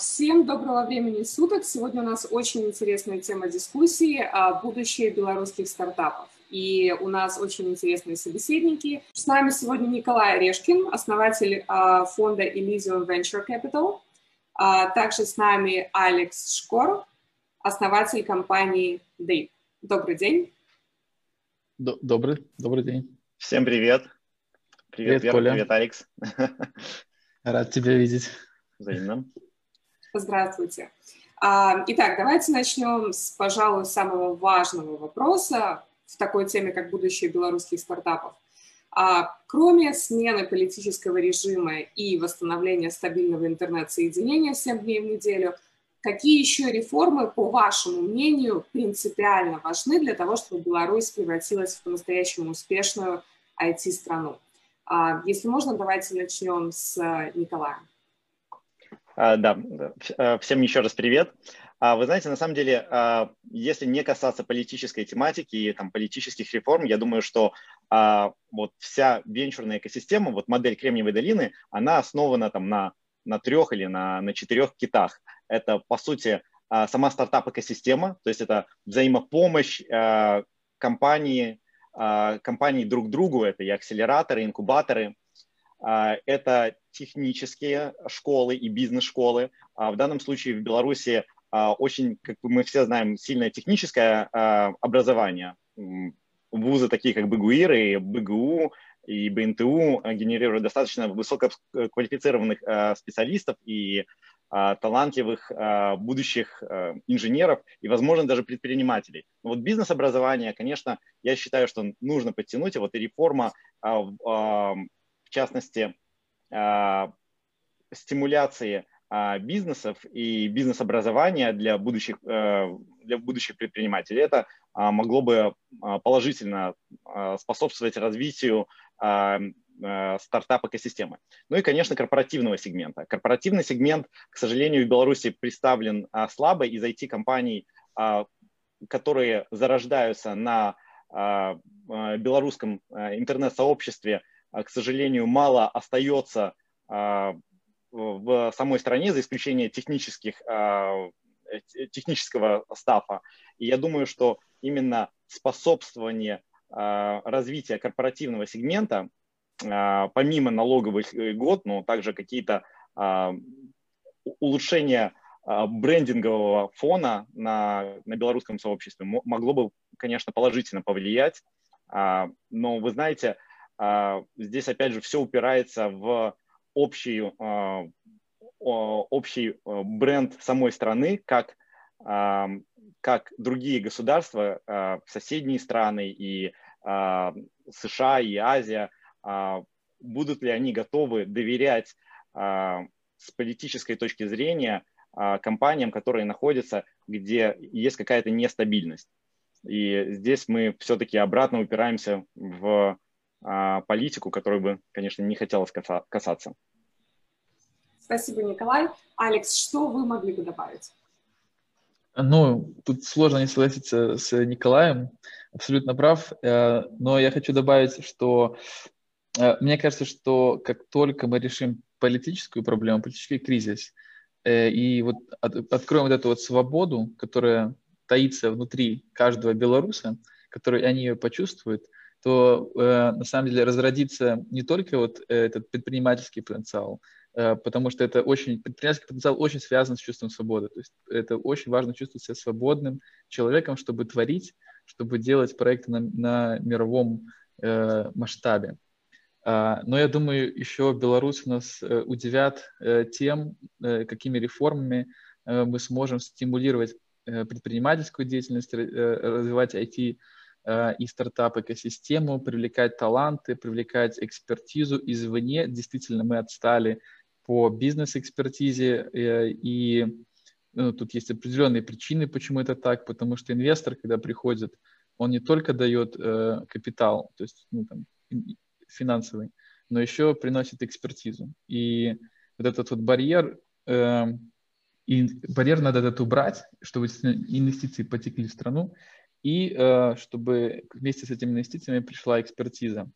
Всем доброго времени суток. Сегодня у нас очень интересная тема дискуссии – будущее белорусских стартапов. И у нас очень интересные собеседники. С нами сегодня Николай Орешкин, основатель фонда Elysium Venture Capital. Также с нами Алекс Шкор, основатель компании Dave. Добрый день. Добрый день. Всем привет. Привет, Вера, Коля. Привет, Алекс. Рад тебя видеть. Взаимно. Здравствуйте. Итак, давайте начнем, пожалуй, с самого важного вопроса в такой теме, как будущее белорусских стартапов. Кроме смены политического режима и восстановления стабильного интернет-соединения 7 дней в неделю, какие еще реформы, по вашему мнению, принципиально важны для того, чтобы Беларусь превратилась в по-настоящему успешную IT-страну? Если можно, давайте начнем с Николая. Да, всем еще раз привет. Вы знаете, на самом деле, если не касаться политической тематики и политических реформ, я думаю, что вот вся венчурная экосистема, вот модель Кремниевой долины, она основана на 3 или на 4 китах. Это, по сути, сама стартап-экосистема, то есть это взаимопомощь компаний друг другу, это и акселераторы, и инкубаторы. Это технические школы и бизнес-школы. В данном случае в Беларуси очень, как мы все знаем, сильное техническое образование. Вузы такие, как БГУИР и БГУ и БНТУ генерируют достаточно высококвалифицированных специалистов и талантливых будущих инженеров и, возможно, даже предпринимателей. Но вот бизнес-образование, конечно, я считаю, что нужно подтянуть. И вот и реформа в частности, стимуляции бизнесов и бизнес-образования для будущих предпринимателей. Это могло бы положительно способствовать развитию стартап-экосистемы. Ну и, конечно, корпоративного сегмента. Корпоративный сегмент, к сожалению, в Беларуси представлен слабо из IT-компаний, которые зарождаются на белорусском интернет-сообществе, к сожалению, мало остается в самой стране, за исключением технического стафа. И я думаю, что именно способствование развития корпоративного сегмента, помимо налоговых льгот, но также какие-то улучшения брендингового фона на белорусском сообществе могло бы, конечно, положительно повлиять. Но вы знаете, здесь, опять же, все упирается в общий бренд самой страны, как другие государства, соседние страны и США, и Азия, будут ли они готовы доверять с политической точки зрения компаниям, которые находятся, где есть какая-то нестабильность. И здесь мы все-таки обратно упираемся в политику, которой бы, конечно, не хотелось касаться. Спасибо, Николай. Алекс, что вы могли бы добавить? Ну, тут сложно не согласиться с Николаем, абсолютно прав, но я хочу добавить, что мне кажется, что как только мы решим политическую проблему, политический кризис, и вот откроем вот эту вот свободу, которая таится внутри каждого белоруса, который они ее почувствуют, то на самом деле разродится не только вот этот предпринимательский потенциал, потому что предпринимательский потенциал очень связан с чувством свободы. То есть это очень важно чувствовать себя свободным человеком, чтобы творить, чтобы делать проекты на мировом масштабе. Но я думаю, еще белорусы нас удивят тем, какими реформами мы сможем стимулировать предпринимательскую деятельность, развивать IT и стартап-экосистему, привлекать таланты, привлекать экспертизу извне. Действительно, мы отстали по бизнес-экспертизе, и тут есть определенные причины, почему это так, потому что инвестор, когда приходит, он не только дает капитал, то есть финансовый, но еще приносит экспертизу. И вот этот вот барьер, барьер надо этот убрать, чтобы инвестиции потекли в страну, и чтобы вместе с этими инвестициями пришла экспертиза.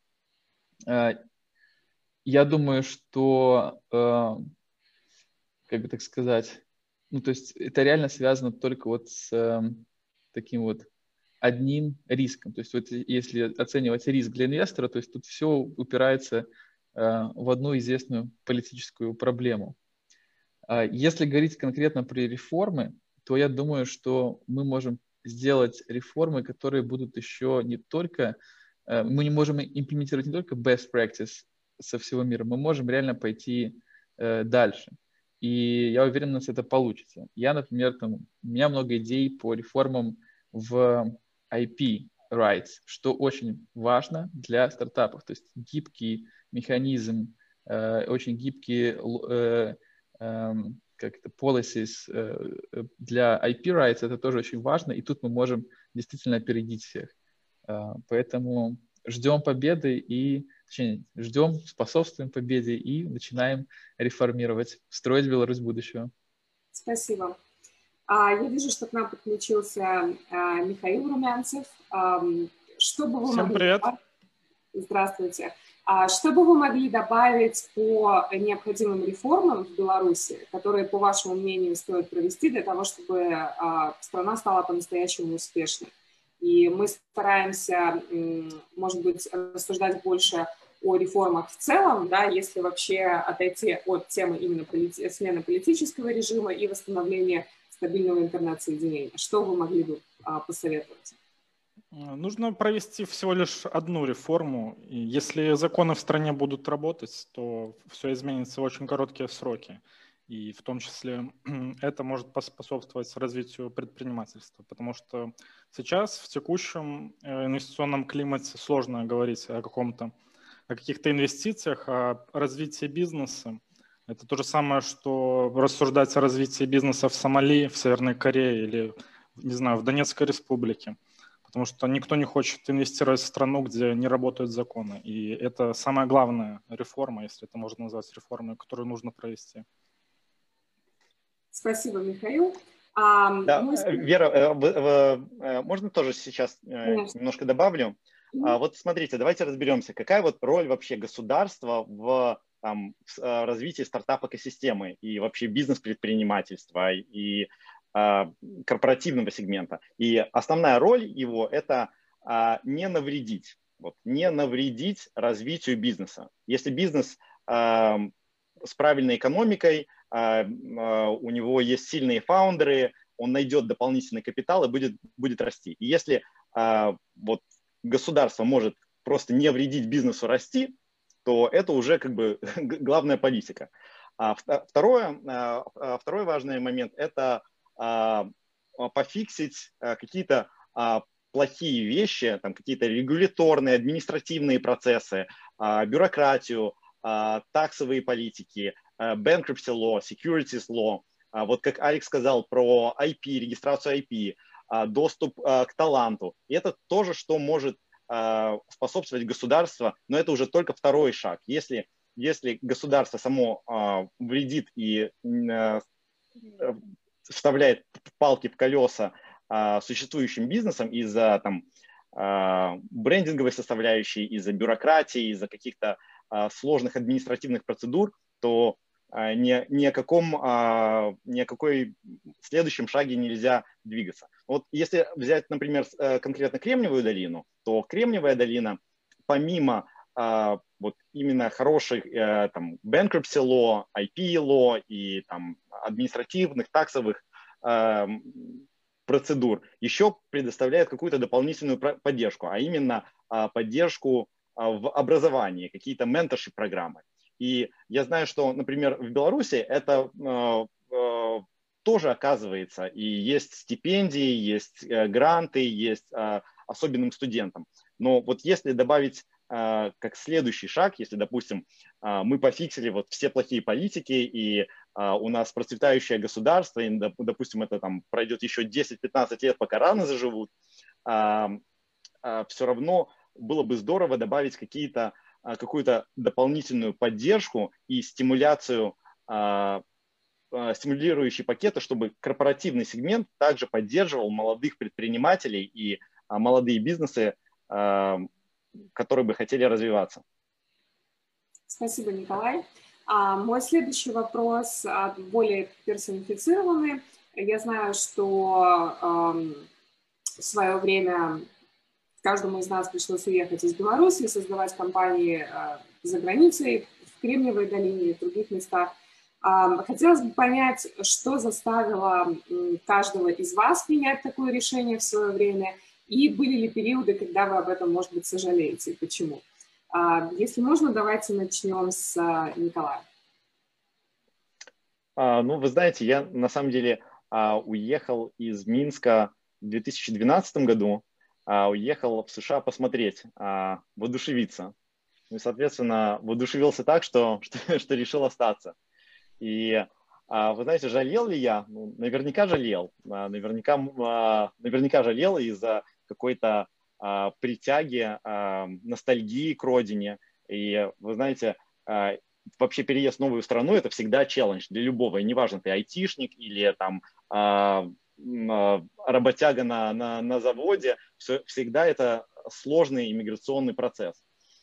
Я думаю, что, как бы так сказать, ну, то есть это реально связано только вот с таким вот одним риском. То есть вот если оценивать риск для инвестора, то есть тут все упирается в одну известную политическую проблему. Если говорить конкретно про реформы, то я думаю, что мы можем сделать реформы, которые будут еще не только... Мы не можем имплементировать не только best practice со всего мира, мы можем реально пойти дальше. И я уверен, у нас это получится. Я, например, у меня много идей по реформам в IP rights, что очень важно для стартапов. То есть гибкий механизм, очень гибкие как это, policies для IP rights, это тоже очень важно, и тут мы можем действительно опередить всех. Поэтому ждем победы и, точнее, ждем, способствуем победе и начинаем реформировать, строить Беларусь будущего. Спасибо. Я вижу, что к нам подключился Михаил Румянцев. Что бы вы Всем привет. Здравствуйте. Что бы вы могли добавить по необходимым реформам в Беларуси, которые, по вашему мнению, стоит провести для того, чтобы страна стала по-настоящему успешной? И мы стараемся, может быть, рассуждать больше о реформах в целом, да, если вообще отойти от темы именно смены политического режима и восстановления стабильного интернет-соединения. Что вы могли бы посоветовать? Нужно провести всего лишь одну реформу. И если законы в стране будут работать, то все изменится в очень короткие сроки. И в том числе это может поспособствовать развитию предпринимательства, потому что сейчас в текущем инвестиционном климате сложно говорить о каких-то инвестициях, о развитии бизнеса. Это то же самое, что рассуждать о развитии бизнеса в Сомали, в Северной Корее или, не знаю, в Донецкой республике. Потому что никто не хочет инвестировать в страну, где не работают законы. И это самая главная реформа, если это можно назвать реформой, которую нужно провести. Спасибо, Михаил. Да, Вера, можно тоже сейчас немножко добавлю? Вот смотрите, давайте разберемся, какая вот роль вообще государства в развитии стартап-экосистемы и вообще бизнес-предпринимательства и корпоративного сегмента. И основная роль его – это не навредить, не навредить развитию бизнеса. Если бизнес с правильной экономикой, у него есть сильные фаундеры, он найдет дополнительный капитал и будет расти. И если вот государство может просто не вредить бизнесу расти, то это уже как бы главная политика. Второй важный момент – это пофиксить какие-то плохие вещи, какие-то регуляторные, административные процессы, бюрократию, таксовые политики, bankruptcy law, securities law. Вот как Алекс сказал про IP, регистрацию IP, доступ к таланту. И это тоже, что может способствовать государству, но это уже только второй шаг. Если государство само вредит и вставляет палки в колеса существующим бизнесом из-за брендинговой составляющей, из-за бюрократии, из-за каких-то сложных административных процедур, то ни о какой следующем шаге нельзя двигаться. Вот если взять, например, конкретно Кремниевую долину, то Кремниевая долина, помимо вот именно хороших bankruptcy law, IP law и административных, таксовых процедур, еще предоставляет какую-то дополнительную поддержку, а именно поддержку в образовании, какие-то менторшип-программы. И я знаю, что, например, в Беларуси это тоже оказывается, и есть стипендии, есть гранты, есть особенным студентам. Но вот если добавить как следующий шаг, если, допустим, мы пофиксили вот все плохие политики, и у нас процветающее государство, и, допустим, это пройдет еще 10-15 лет, пока раны заживут, все равно было бы здорово добавить какую-то дополнительную поддержку и стимуляцию, стимулирующие пакеты, чтобы корпоративный сегмент также поддерживал молодых предпринимателей и молодые бизнесы, которые бы хотели развиваться. Спасибо, Николай. Мой следующий вопрос более персонифицированный. Я знаю, что в свое время каждому из нас пришлось уехать из Беларуси, создавать компании за границей, в Кремниевой долине и в других местах. Хотелось бы понять, что заставило каждого из вас принять такое решение в свое время, и были ли периоды, когда вы об этом, может быть, сожалеете, почему? Если можно, давайте начнем с Николая. Ну, вы знаете, я на самом деле уехал из Минска в 2012 году, уехал в США посмотреть, воодушевиться. И, соответственно, воодушевился так, что решил остаться. И вы знаете, жалел ли я? Ну, наверняка жалел. Наверняка жалел из-за какой-то притяги, ностальгии к родине. И вы знаете, вообще переезд в новую страну – это всегда челлендж для любого. И неважно, ты айтишник или там работяга на заводе, всегда это сложный иммиграционный процесс.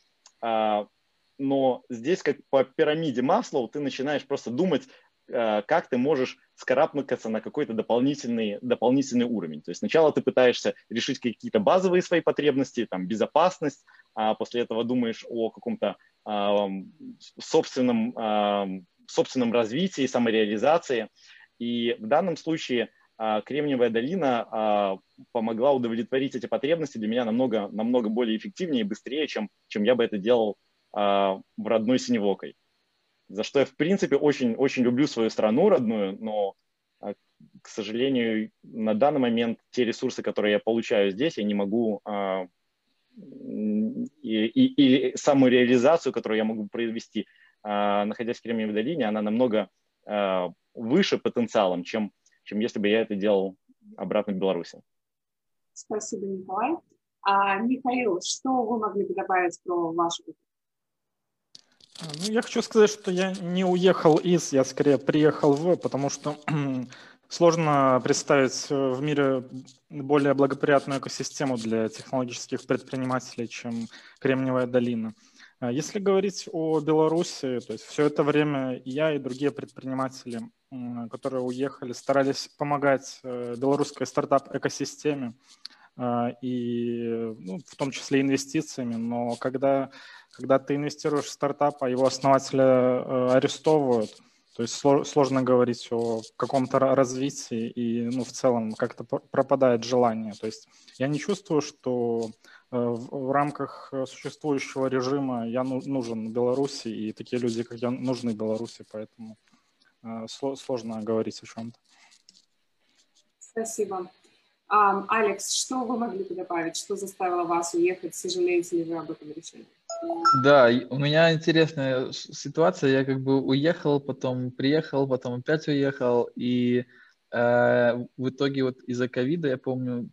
Но здесь, как по пирамиде Маслоу, ты начинаешь просто думать, как ты можешь скарабкаться на какой-то дополнительный уровень. То есть сначала ты пытаешься решить какие-то базовые свои потребности, там, безопасность, а после этого думаешь о каком-то собственном развитии, самореализации. И в данном случае Кремниевая долина помогла удовлетворить эти потребности для меня намного более эффективнее и быстрее, чем я бы это делал в родной Синевокой. За что я, в принципе, очень, очень люблю свою страну родную, но, к сожалению, на данный момент те ресурсы, которые я получаю здесь, я не могу, и самореализацию, которую я могу произвести, находясь в Кремниевой долине, она намного выше потенциалом, чем если бы я это делал обратно в Беларуси. Спасибо, Николай. Михаил, что вы могли бы добавить про вашу? Ну, я хочу сказать, что я не уехал я скорее приехал потому что сложно представить в мире более благоприятную экосистему для технологических предпринимателей, чем Кремниевая долина. Если говорить о Беларуси, то есть все это время я и другие предприниматели, которые уехали, старались помогать белорусской стартап-экосистеме, и в том числе инвестициями, но когда ты инвестируешь в стартап, а его основателя арестовывают, то есть сложно говорить о каком-то развитии, и в целом как-то пропадает желание. То есть я не чувствую, что в рамках существующего режима я нужен Беларуси, и такие люди, как я, нужны Беларуси, поэтому сложно говорить о чем-то. Спасибо. Алекс, что вы могли бы добавить? Что заставило вас уехать? Сожалеете ли вы об этом решении? Да, у меня интересная ситуация. Я как бы уехал, потом приехал, потом опять уехал. И в итоге вот из-за ковида, я помню,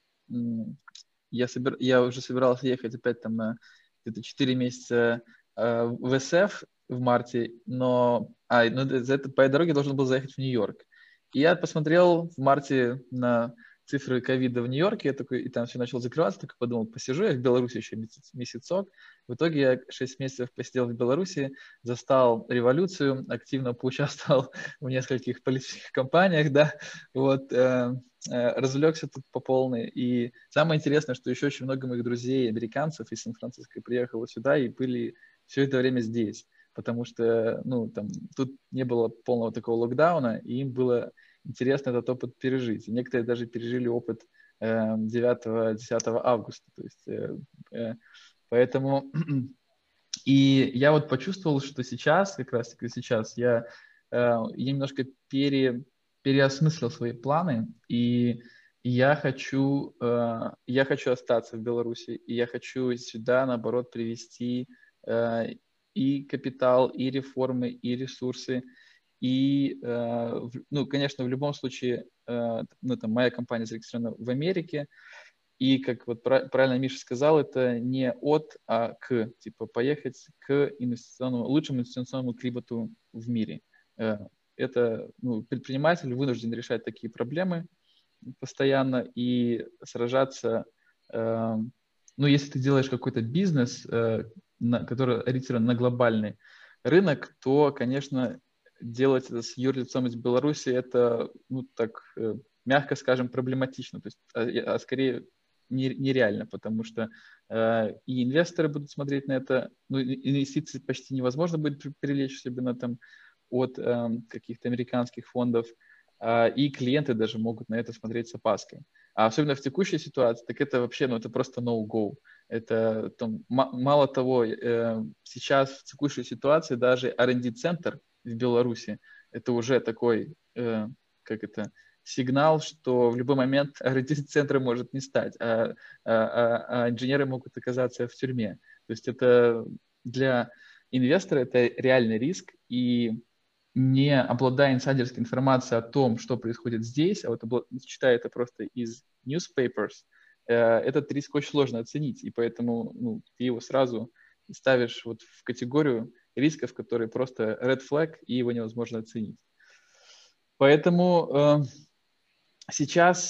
я уже собирался ехать опять там на где-то 4 месяца в СФ в марте, но за это по дороге должен был заехать в Нью-Йорк. И я посмотрел в марте на цифры ковида в Нью-Йорке, и там все начало закрываться, только подумал, посижу я в Беларуси еще месяцок. В итоге я 6 месяцев посидел в Беларуси, застал революцию, активно поучаствовал в нескольких политических кампаниях, да, вот, развлекся тут по полной. И самое интересное, что еще очень много моих друзей, американцев из Сан-Франциско приехало сюда и были все это время здесь, потому что, тут не было полного такого локдауна, и им было интересно этот опыт пережить. И некоторые даже пережили опыт 9-10 августа. То есть, поэтому... И я вот почувствовал, что сейчас, как раз-таки сейчас, я немножко переосмыслил свои планы, и я хочу остаться в Беларуси, и я хочу сюда, наоборот, привести и капитал, и реформы, и ресурсы. И, конечно, в любом случае, моя компания зарегистрирована в Америке, и, как вот правильно Миша сказал, это не от, а к, типа поехать к лучшему инвестиционному климату в мире. Это предприниматель вынужден решать такие проблемы постоянно и сражаться. Если ты делаешь какой-то бизнес, который ориентирован на глобальный рынок, то, конечно, делать это с юрлицом из Беларуси, это, ну, так, мягко скажем, проблематично, то есть, скорее нереально, потому что и инвесторы будут смотреть на это, ну, инвестиции почти невозможно будет привлечь, особенно там от каких-то американских фондов, и клиенты даже могут на это смотреть с опаской. А особенно в текущей ситуации, так это вообще, ну, это просто no-go. Это там, мало того, сейчас в текущей ситуации даже R&D-центр в Беларуси, это уже такой, как это, сигнал, что в любой момент R&D-центра может не стать, а инженеры могут оказаться в тюрьме. То есть это для инвестора это реальный риск, и не обладая инсайдерской информацией о том, что происходит здесь, а вот читая это просто из newspapers, этот риск очень сложно оценить, и поэтому, ну, ты его сразу ставишь вот в категорию рисков, которые просто red flag, и его невозможно оценить. Поэтому сейчас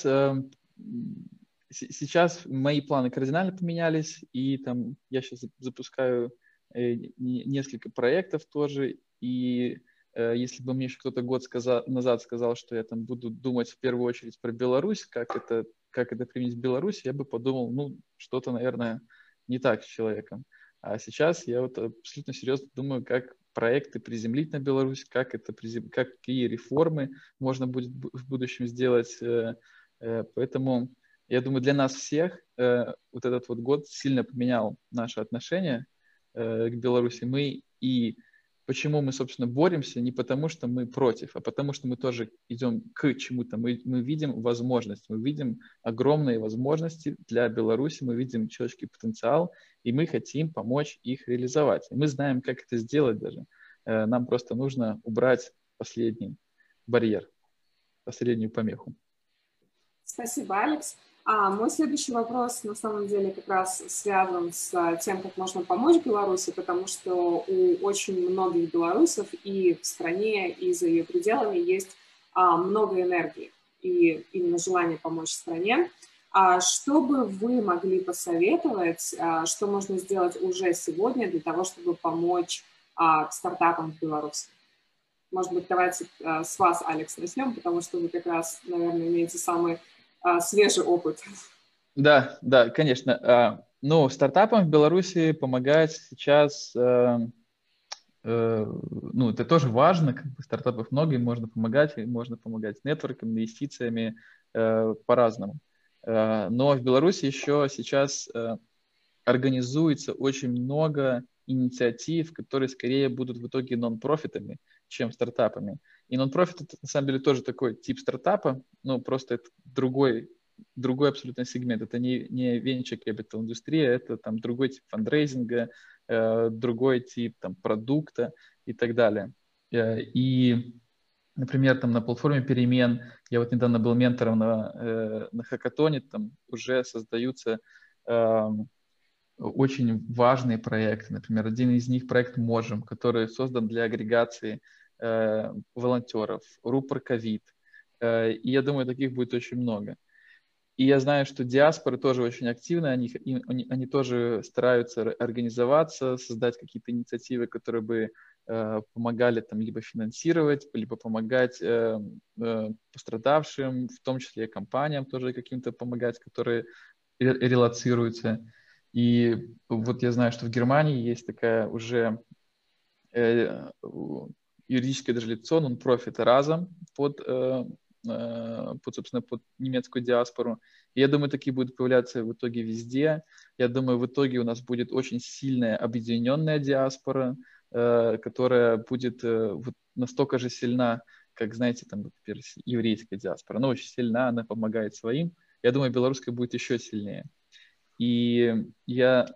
мои планы кардинально поменялись, и там я сейчас запускаю несколько проектов тоже, и если бы мне еще кто-то год назад сказал, что я там буду думать в первую очередь про Беларусь, как это применить в Беларуси, я бы подумал, ну, что-то, наверное, не так с человеком. А сейчас я вот абсолютно серьезно думаю, как проекты приземлить на Беларусь, какие реформы можно будет в будущем сделать. Поэтому я думаю, для нас всех вот этот вот год сильно поменял наше отношение к Беларуси. Почему мы, собственно, боремся, не потому что мы против, а потому что мы тоже идем к чему-то. Мы видим возможность, мы видим огромные возможности для Беларуси, мы видим человеческий потенциал, и мы хотим помочь их реализовать. И мы знаем, как это сделать даже. Нам просто нужно убрать последний барьер, последнюю помеху. Спасибо, Алекс. Мой следующий вопрос, на самом деле, как раз связан с тем, как можно помочь Беларуси, потому что у очень многих белорусов и в стране, и за ее пределами есть много энергии и именно желание помочь стране. Что бы вы могли посоветовать, что можно сделать уже сегодня для того, чтобы помочь стартапам в Беларуси? Может быть, давайте с вас, Алекс, начнем, потому что вы как раз, наверное, имеете самый свежий опыт. Да, конечно. Ну, стартапам в Беларуси помогать сейчас, ну, это тоже важно, как бы стартапов много, им можно помогать нетворком, инвестициями, по-разному. Но в Беларуси еще сейчас организуется очень много инициатив, которые скорее будут в итоге нон-профитами, чем стартапами. И нон-профит — это на самом деле тоже такой тип стартапа, ну, просто это другой абсолютно сегмент. Это не venture capital индустрия, это там другой тип фандрейзинга, другой тип там продукта и так далее. И, например, там на платформе «Перемен», я вот недавно был ментором на хакатоне, там уже создаются очень важные проекты. Например, один из них — проект «Можем», который создан для агрегации волонтеров, рупор ковид. И я думаю, таких будет очень много. И я знаю, что диаспоры тоже очень активны, они тоже стараются организоваться, создать какие-то инициативы, которые бы помогали там либо финансировать, либо помогать пострадавшим, в том числе компаниям тоже каким-то помогать, которые релоцируются. И вот я знаю, что в Германии есть такая уже юридическое даже лицо, нон-профит «Разом» собственно, под немецкую диаспору. И я думаю, такие будут появляться в итоге везде. Я думаю, в итоге у нас будет очень сильная объединенная диаспора, которая будет вот настолько же сильна, как, знаете, там, например, еврейская диаспора. Она очень сильна, она помогает своим. Я думаю, белорусская будет еще сильнее. И я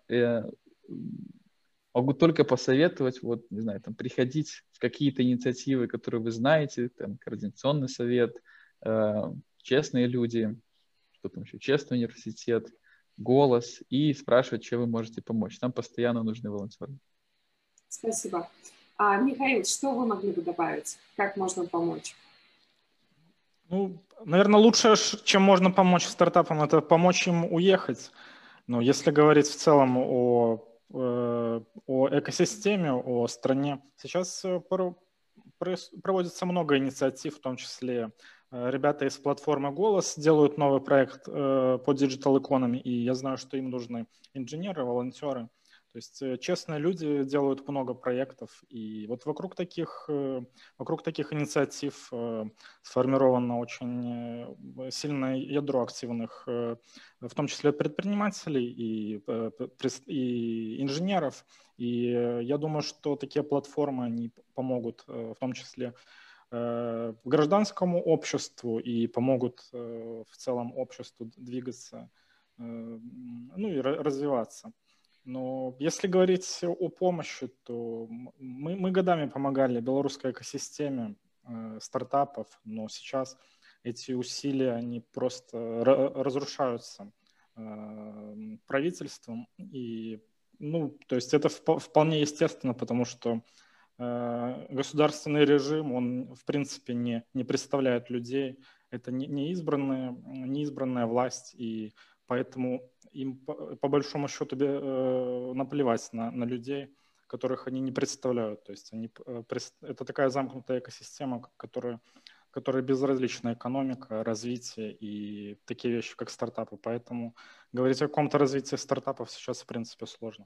могу только посоветовать, вот, не знаю, там, приходить в какие-то инициативы, которые вы знаете, там, Координационный совет, честные люди, что там еще, Честный университет, Голос, и спрашивать, чем вы можете помочь. Нам постоянно нужны волонтеры. Спасибо. Михаил, что вы могли бы добавить? Как можно помочь? Ну, наверное, лучшее, чем можно помочь стартапам, это помочь им уехать. Но если говорить в целом о о экосистеме, о стране. Сейчас проводится много инициатив, в том числе ребята из платформы «Голос» делают новый проект по Digital Economy, и я знаю, что им нужны инженеры, волонтеры. То есть честные люди делают много проектов, и вот вокруг таких инициатив сформировано очень сильное ядро активных, в том числе предпринимателей и инженеров. И я думаю, что такие платформы они помогут в том числе гражданскому обществу и помогут в целом обществу двигаться, ну и развиваться. Но если говорить о помощи, то мы годами помогали белорусской экосистеме стартапов, но сейчас эти усилия, они просто разрушаются правительством. И, ну, то есть это вполне естественно, потому что государственный режим, он, в принципе, не представляет людей. Это не избранная власть, и поэтому им, по большому счету, наплевать на людей, которых они не представляют. То есть это такая замкнутая экосистема, которой безразлична экономика, развитие и такие вещи, как стартапы. Поэтому говорить о каком-то развитии стартапов сейчас, в принципе, сложно.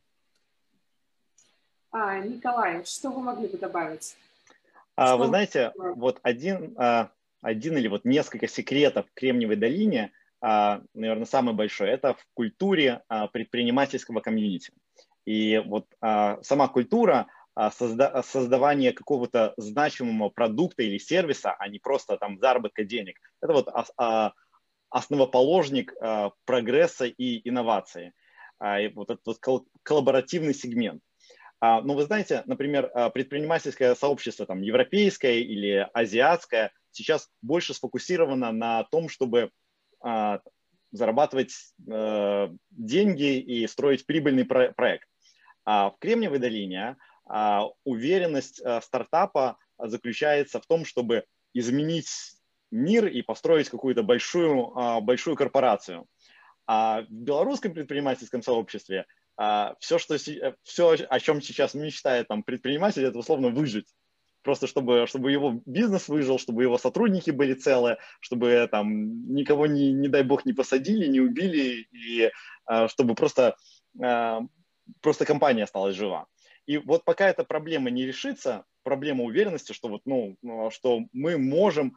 Николай, что вы могли бы добавить? Вы знаете, вот один или вот несколько секретов в Кремниевой долине, наверное, самый большой, это в культуре предпринимательского комьюнити. И вот сама культура создавания какого-то значимого продукта или сервиса, а не просто там заработка денег, это вот основоположник прогресса и инновации. И вот этот вот коллаборативный сегмент. Но вы знаете, например, предпринимательское сообщество там, европейское или азиатское сейчас больше сфокусировано на том, чтобы зарабатывать деньги и строить прибыльный проект. В Кремниевой долине уверенность стартапа заключается в том, чтобы изменить мир и построить какую-то большую корпорацию. А в белорусском предпринимательском сообществе все, о чем сейчас мечтает там, предприниматель, это условно выжить. Просто чтобы его бизнес выжил, чтобы его сотрудники были целы, чтобы там никого, не дай бог, не посадили, не убили, и чтобы просто компания осталась жива. И вот пока эта проблема не решится, проблема уверенности, что, что мы можем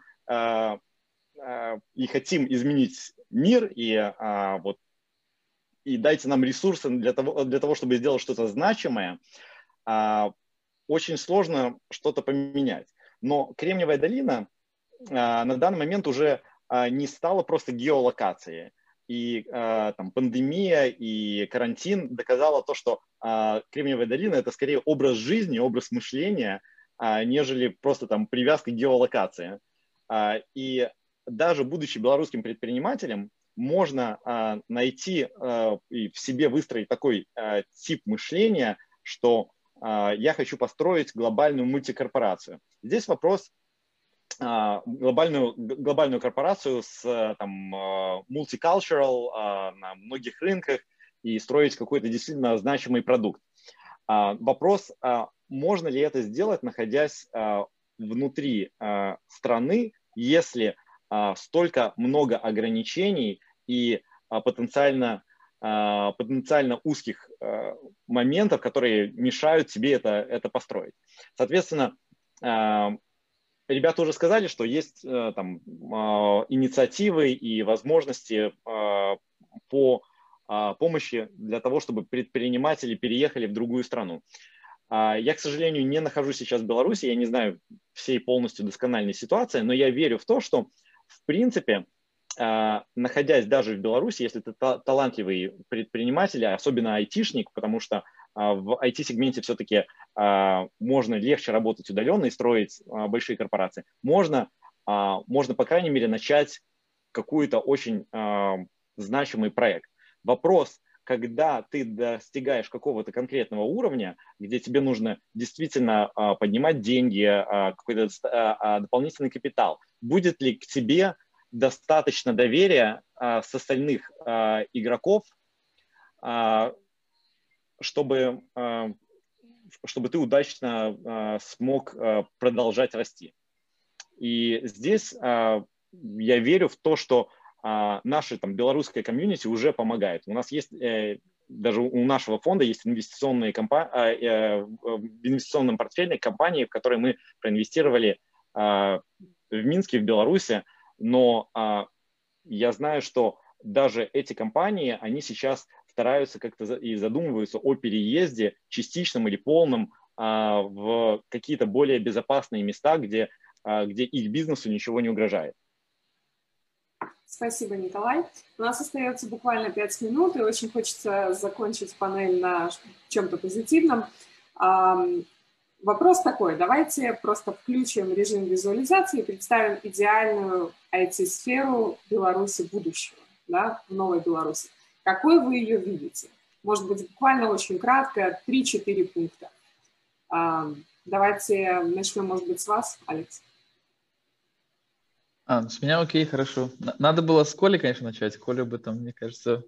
и хотим изменить мир, и дайте нам ресурсы для того, чтобы сделать что-то значимое, очень сложно что-то поменять. Но Кремниевая долина на данный момент уже не стала просто геолокацией. И там, пандемия и карантин доказала то, что Кремниевая долина – это скорее образ жизни, образ мышления, нежели просто там привязка к геолокации. И даже будучи белорусским предпринимателем, можно найти и в себе выстроить такой тип мышления, что я хочу построить глобальную мультикорпорацию. Здесь вопрос глобальную корпорацию с там, multicultural на многих рынках и строить какой-то действительно значимый продукт. Вопрос, можно ли это сделать, находясь внутри страны, если столько много ограничений и потенциально узких моментов, которые мешают тебе это построить. Соответственно, ребята уже сказали, что есть там инициативы и возможности по помощи для того, чтобы предприниматели переехали в другую страну. Я, к сожалению, не нахожусь сейчас в Беларуси, я не знаю всей полностью доскональной ситуации, но я верю в то, что, в принципе, находясь даже в Беларуси, если ты талантливый предприниматель, особенно айтишник, потому что в IT-сегменте все-таки можно легче работать удаленно и строить большие корпорации, можно, по крайней мере, начать какой-то очень значимый проект. Вопрос, когда ты достигаешь какого-то конкретного уровня, где тебе нужно действительно поднимать деньги, какой-то дополнительный капитал, будет ли к тебе достаточно доверия с остальных игроков, чтобы ты удачно смог продолжать расти. И здесь я верю в то, что наша белорусская комьюнити уже помогает. У нас есть, даже у нашего фонда есть в инвестиционном портфеле компании, в которые мы проинвестировали в Минске, в Беларуси, но я знаю, что даже эти компании, они сейчас стараются как-то и задумываются о переезде частичном или полном в какие-то более безопасные места, где их бизнесу ничего не угрожает. Спасибо, Николай. У нас остается буквально 5 минут, и очень хочется закончить панель на чем-то позитивном. Вопрос такой, давайте просто включим режим визуализации и представим идеальную IT-сферу Беларуси будущего, да, в Новой Беларуси. Какой вы ее видите? Может быть, буквально очень кратко, 3-4 пункта. Давайте начнем, может быть, с вас, Алекс. С меня окей, хорошо. Надо было с Коли, конечно, начать. Коля бы там, мне кажется,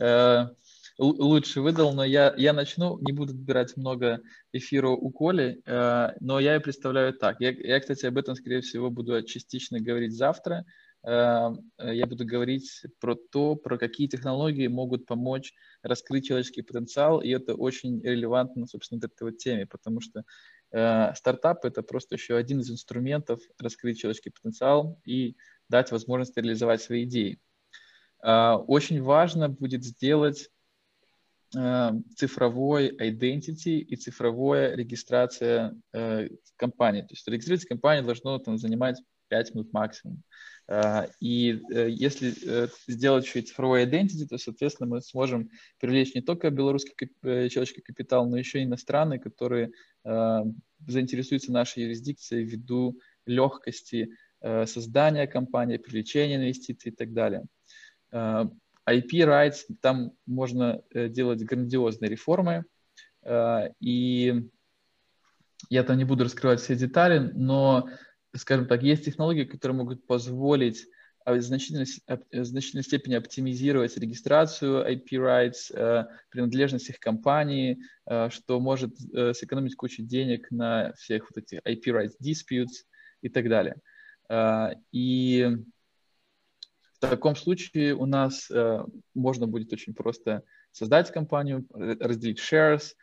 лучше выдал, но я начну, не буду отбирать много эфира у Коли, но я ее представляю так. Я, кстати, об этом, скорее всего, буду частично говорить завтра. Я буду говорить про какие технологии могут помочь раскрыть человеческий потенциал, и это очень релевантно, собственно, к этой теме, потому что стартап – это просто еще один из инструментов раскрыть человеческий потенциал и дать возможность реализовать свои идеи. Очень важно будет сделать цифровой identity и цифровая регистрация компании. То есть регистрировать компанию должно занимать 5 минут максимум. И если сделать еще и цифровой identity, то, соответственно, мы сможем привлечь не только белорусский человеческий капитал, но еще и иностранные, которые заинтересуются нашей юрисдикцией ввиду легкости создания компании, привлечения инвестиций и так далее. IP rights, там можно делать грандиозные реформы, и я там не буду раскрывать все детали, но, скажем так, есть технологии, которые могут позволить в значительной степени оптимизировать регистрацию IP rights, принадлежность их компании, что может сэкономить кучу денег на всех вот этих IP rights disputes и так далее. И в таком случае у нас можно будет очень просто создать компанию, разделить shares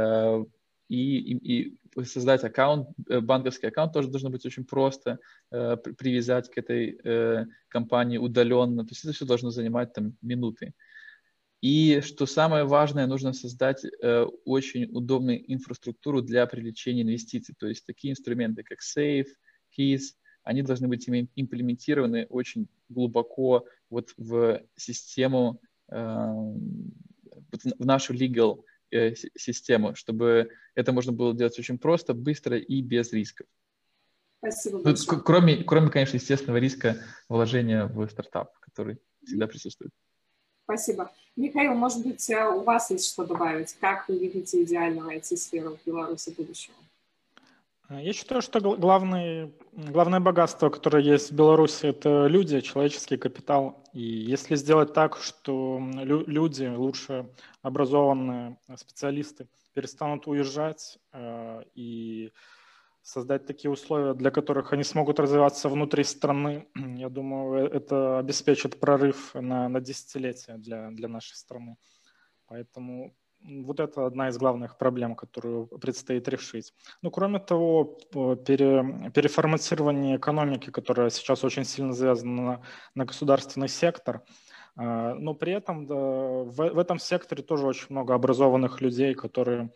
и создать аккаунт, банковский аккаунт тоже должно быть очень просто, привязать к этой компании удаленно. То есть это все должно занимать там минуты. И что самое важное, нужно создать очень удобную инфраструктуру для привлечения инвестиций. То есть такие инструменты, как Safe, Keys, они должны быть имплементированы очень глубоко вот в систему, в нашу legal систему, чтобы это можно было делать очень просто, быстро и без рисков. Спасибо большое. Кроме, конечно, естественного риска вложения в стартап, который всегда присутствует. Спасибо. Михаил, может быть, у вас есть что добавить? Как вы видите идеальную IT-сферу в Беларуси будущего? Я считаю, что главное богатство, которое есть в Беларуси, это люди, человеческий капитал. И если сделать так, что люди, лучше образованные специалисты, перестанут уезжать и создать такие условия, для которых они смогут развиваться внутри страны, я думаю, это обеспечит прорыв на десятилетия для нашей страны. Поэтому вот это одна из главных проблем, которую предстоит решить. Ну, кроме того, переформатирование экономики, которая сейчас очень сильно завязана на государственный сектор, но при этом в этом секторе тоже очень много образованных людей, которые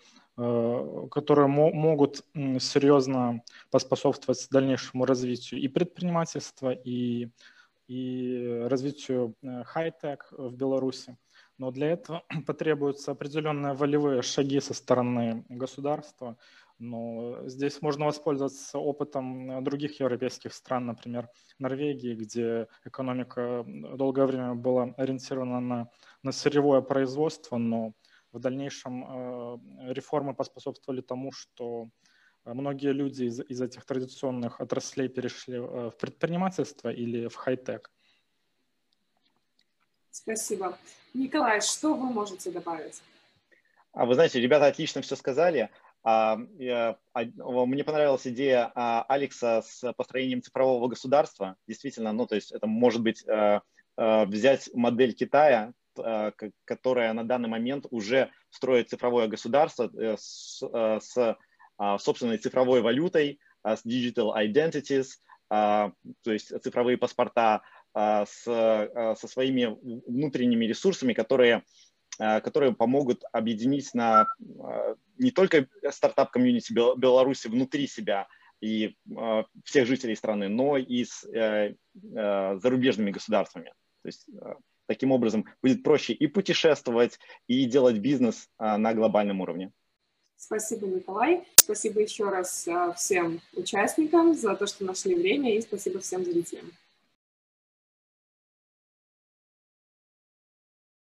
могут серьезно поспособствовать дальнейшему развитию и предпринимательства, и развитию хай-тек в Беларуси. Но для этого потребуются определенные волевые шаги со стороны государства. Но здесь можно воспользоваться опытом других европейских стран, например, Норвегии, где экономика долгое время была ориентирована на сырьевое производство, но в дальнейшем реформы поспособствовали тому, что многие люди из этих традиционных отраслей перешли в предпринимательство или в хай-тек. Спасибо. Николай, что вы можете добавить? Вы знаете, ребята отлично все сказали. Мне понравилась идея Алекса с построением цифрового государства. Действительно, ну, то есть это может быть взять модель Китая, которая на данный момент уже строит цифровое государство с собственной цифровой валютой, с digital identities, то есть цифровые паспорта, со своими внутренними ресурсами, которые помогут объединить не только стартап-комьюнити Беларуси внутри себя и всех жителей страны, но и с зарубежными государствами. То есть таким образом будет проще и путешествовать, и делать бизнес на глобальном уровне. Спасибо, Николай. Спасибо еще раз всем участникам за то, что нашли время, и спасибо всем зрителям.